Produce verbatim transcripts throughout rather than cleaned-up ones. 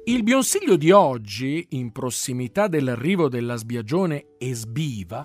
Il Bionsiglio di oggi, in prossimità dell'arrivo della sbiagione esbiva,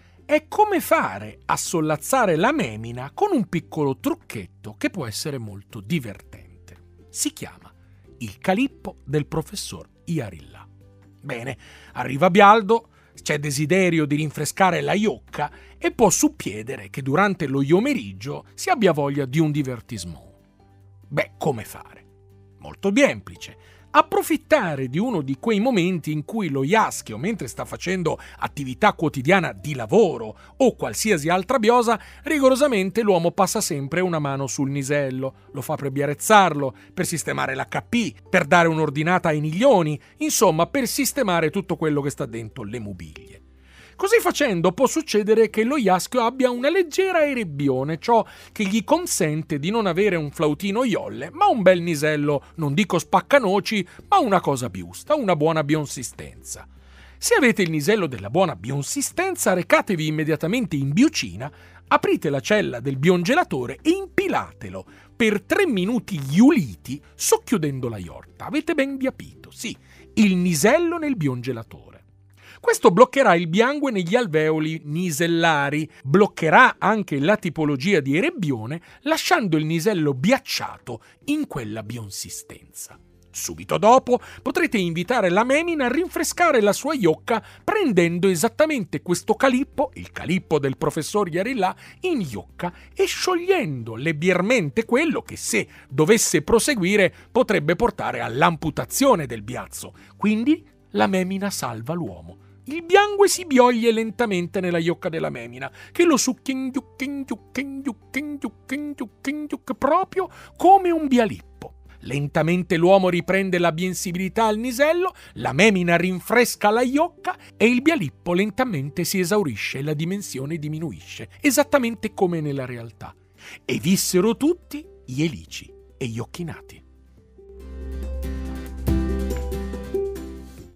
è come fare a sollazzare la memina con un piccolo trucchetto che può essere molto divertente. Si chiama il calippo del professor Iarilà. Bene, arriva Bialdo, c'è desiderio di rinfrescare la iocca e può suppiedere che durante lo iomeriggio si abbia voglia di un divertissement. Beh, come fare? Molto semplice. Approfittare di uno di quei momenti in cui lo iaschio, mentre sta facendo attività quotidiana di lavoro o qualsiasi altra biosa, rigorosamente l'uomo passa sempre una mano sul nisello, lo fa per biarezzarlo, per sistemare l'acca pi, per dare un'ordinata ai niglioni, insomma per sistemare tutto quello che sta dentro le mobiglie. Così facendo può succedere che lo iaschio abbia una leggera erebbione, ciò che gli consente di non avere un flautino iolle, ma un bel nisello, non dico spaccanoci, ma una cosa biusta, una buona bionsistenza. Se avete il nisello della buona bionsistenza, recatevi immediatamente in biocina, aprite la cella del biongelatore e impilatelo per tre minuti iuliti, socchiudendo la iorta. Avete ben capito, sì, il nisello nel biongelatore. Questo bloccherà il biangue negli alveoli nisellari, bloccherà anche la tipologia di erebbione, lasciando il nisello biacciato in quella bionsistenza. Subito dopo potrete invitare la memina a rinfrescare la sua iocca prendendo esattamente questo calippo, il calippo del professor Iarilà, in iocca e sciogliendo lebiermente quello che, se dovesse proseguire, potrebbe portare all'amputazione del biazzo. Quindi la memina salva l'uomo. Il biangue si bioglie lentamente nella iocca della memina, che lo succhia in iucca, in iucca, in iucca, in iucca, in iucca, in iucca, proprio come un bialippo. Lentamente l'uomo riprende la bensibilità al nisello, la memina rinfresca la iocca e il bialippo lentamente si esaurisce e la dimensione diminuisce, esattamente come nella realtà. E vissero tutti gli elici e gli occhinati.